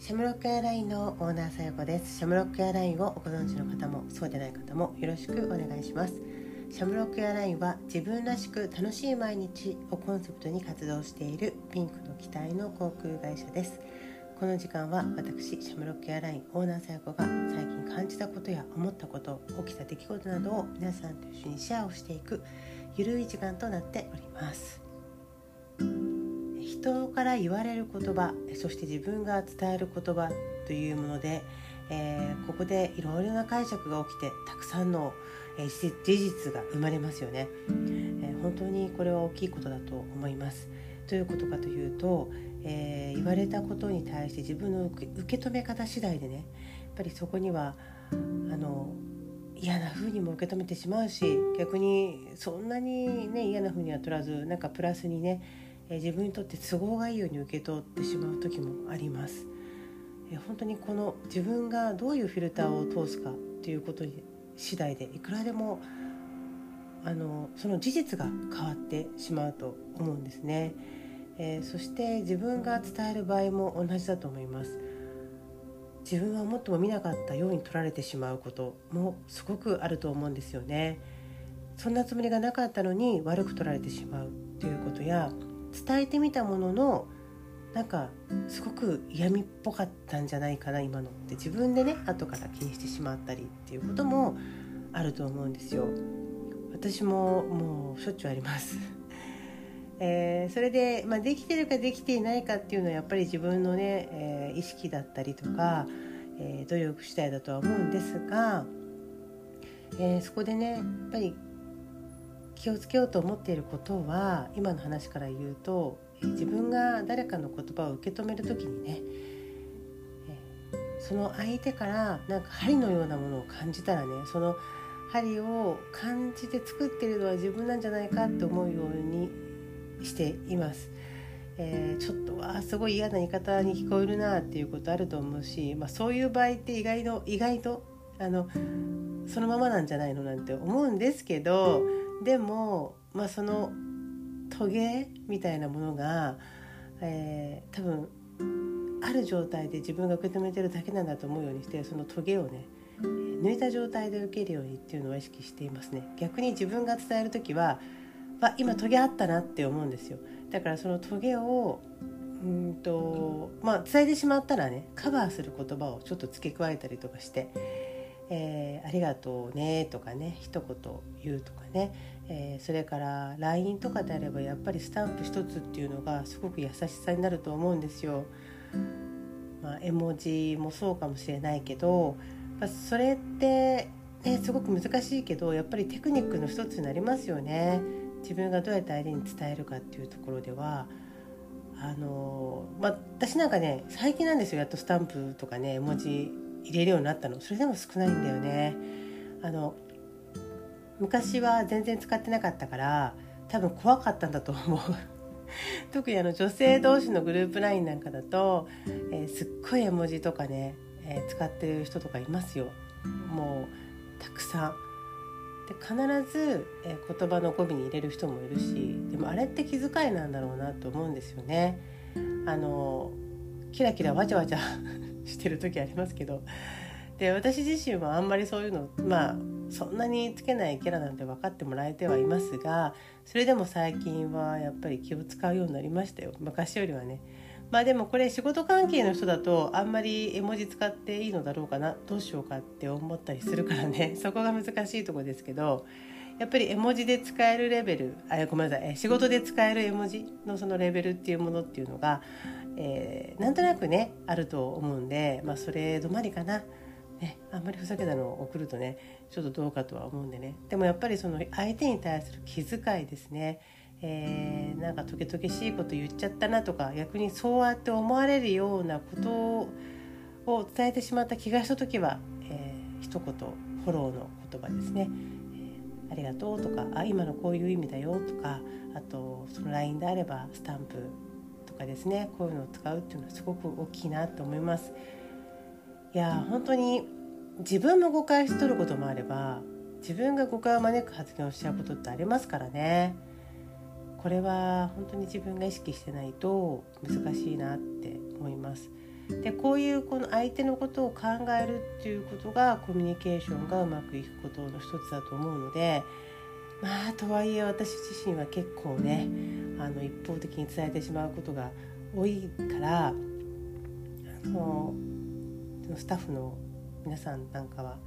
シャムロックエアラインのオーナーさよこです。シャムロックエアラインをご存知の方もそうでない方もよろしくお願いします。シャムロックエアラインは自分らしく楽しい毎日をコンセプトに活動しているピンクの機体の航空会社です。この時間は私シャムロックエアラインオーナーさよこが最近感じたことや思ったこと、起きた出来事などを皆さんと一緒にシェアをしていくゆるい時間となっております。人から言われる言葉、そして自分が伝える言葉というもので、ここでいろいろな解釈が起きてたくさんの、事実が生まれますよね。本当にこれは大きいことだと思います。どういうことかというと、言われたことに対して自分の受け止め方次第でね、やっぱりそこには嫌な風にも受け止めてしまうし、逆にそんなにね嫌な風には取らず、なんかプラスにね、自分にとって都合がいいように受け取ってしまう時もあります。本当にこの自分がどういうフィルターを通すかということ次第でいくらでもその事実が変わってしまうと思うんですね。そして自分が伝える場合も同じだと思います。自分はもっとも見なかったように取られてしまうこともすごくあると思うんですよね。そんなつもりがなかったのに悪く取られてしまうということや、伝えてみたもののなんかすごく嫌味っぽかったんじゃないかな今のって自分でね後から気にしてしまったりっていうこともあると思うんですよ。私ももうしょっちゅうありますそれで、できてるかできていないかっていうのはやっぱり自分のね、意識だったりとか、努力次第だとは思うんですが、そこでねやっぱり気をつけようと思っていることは、今の話から言うと、自分が誰かの言葉を受け止めるときにね、その相手からなんか針のようなものを感じたらね、その針を感じて作っているのは自分なんじゃないかって思うようにしています。ちょっとすごい嫌な言い方に聞こえるなっていうことあると思うし、そういう場合って意外とそのままなんじゃないのなんて思うんですけど、でも、そのトゲみたいなものが、多分ある状態で自分が受け止めてるだけなんだと思うようにして、そのトゲをね抜いた状態で受けるようにっていうのを意識していますね。逆に自分が伝えるときは、今トゲあったなって思うんですよ。だからそのトゲを伝えてしまったらね、カバーする言葉をちょっと付け加えたりとかして、ありがとうねとかね、一言言うとかね、それから LINE とかであればやっぱりスタンプ一つっていうのがすごく優しさになると思うんですよ。絵文字もそうかもしれないけど、それって、すごく難しいけどやっぱりテクニックの一つになりますよね。自分がどうやって相手に伝えるかっていうところでは私なんかね最近なんですよ、やっとスタンプとかね絵文字入れるようになったの。それでも少ないんだよね。昔は全然使ってなかったから多分怖かったんだと思う特に女性同士のグループ LINE なんかだと、すっごい絵文字とかね、使ってる人とかいますよ。もうたくさんで、必ず、言葉の語尾に入れる人もいるし、でもあれって気遣いなんだろうなと思うんですよね。キラキラわちゃわちゃしてる時ありますけど、で私自身はあんまりそういうのそんなにつけないキャラなんて分かってもらえてはいますが、それでも最近はやっぱり気を使うようになりましたよ、昔よりはね。でもこれ仕事関係の人だとあんまり絵文字使っていいのだろうかな、どうしようかって思ったりするからねそこが難しいところですけど、やっぱり絵文字で使えるレベル、ごめんなさい、仕事で使える絵文字のそのレベルっていうものっていうのが、なんとなくねあると思うんで、それ止まりかな。あんまりふざけたのを送るとねちょっとどうかとは思うんでね。でもやっぱりその相手に対する気遣いですね。なんかトゲトゲしいこと言っちゃったなとか、逆にそうやって思われるようなことを伝えてしまった気がしたときは、一言フォローの言葉ですね。ありがとうとか、今のこういう意味だよとか、あとその LINE であればスタンプとかですね、こういうのを使うっていうのはすごく大きいなと思います。いや本当に自分も誤解しとることもあれば、自分が誤解を招く発言をしちゃうことってありますからね。これは本当に自分が意識してないと難しいなって思います。 でこういうこの相手のことを考えるっていうことがコミュニケーションがうまくいくことの一つだと思うので、とはいえ私自身は結構ね一方的に伝えてしまうことが多いからスタッフの皆さんなんかは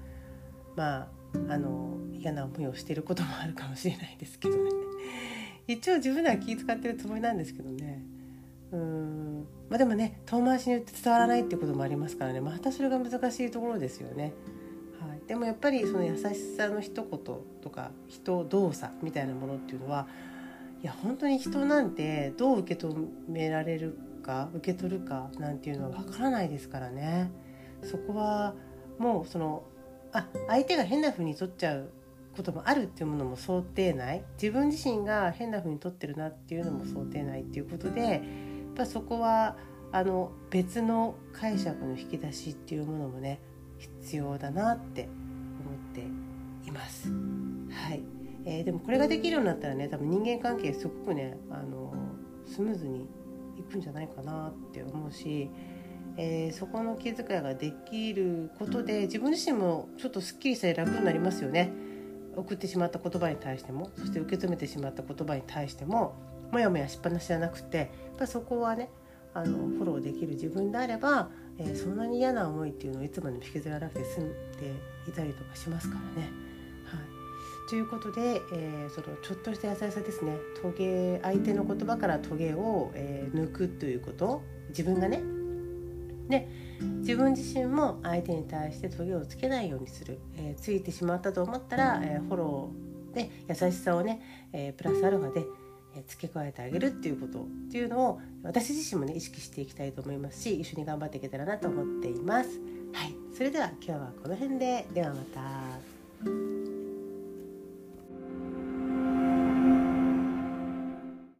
嫌な思いをしていることもあるかもしれないですけどね一応自分では気遣ってるつもりなんですけどね。でもね遠回しに言って伝わらないっていうこともありますからね、またそれが難しいところですよね。でもやっぱりその優しさの一言とか人動作みたいなものっていうのはいや本当に人なんてどう受け止められるか受け取るかなんていうのは分からないですからね。そこはもう相手が変な風に取っちゃうこともあるっていうものも想定内、自分自身が変な風に取ってるなっていうのも想定内っていうことで、やっぱそこは別の解釈の引き出しっていうものもね必要だなって思っています。でもこれができるようになったらね多分人間関係すごくねスムーズにいくんじゃないかなって思うし、そこの気遣いができることで自分自身もちょっとすっきりして楽になりますよね。送ってしまった言葉に対しても、そして受け止めてしまった言葉に対してももやもやしっぱなしじゃなくて、やっぱそこはねフォローできる自分であれば、そんなに嫌な思いっていうのをいつまでも引きずらなくて済んでいたりとかしますからね。ということで、そのちょっとした優しさですね。相手の言葉からトゲを、抜くということ、自分がねで自分自身も相手に対してトゲをつけないようにする、ついてしまったと思ったら、フォローで優しさをね、プラスアルファで付け加えてあげるっていうことっていうのを私自身もね意識していきたいと思いますし、一緒に頑張っていけたらなと思っています。それでは今日はこの辺で、ではまた。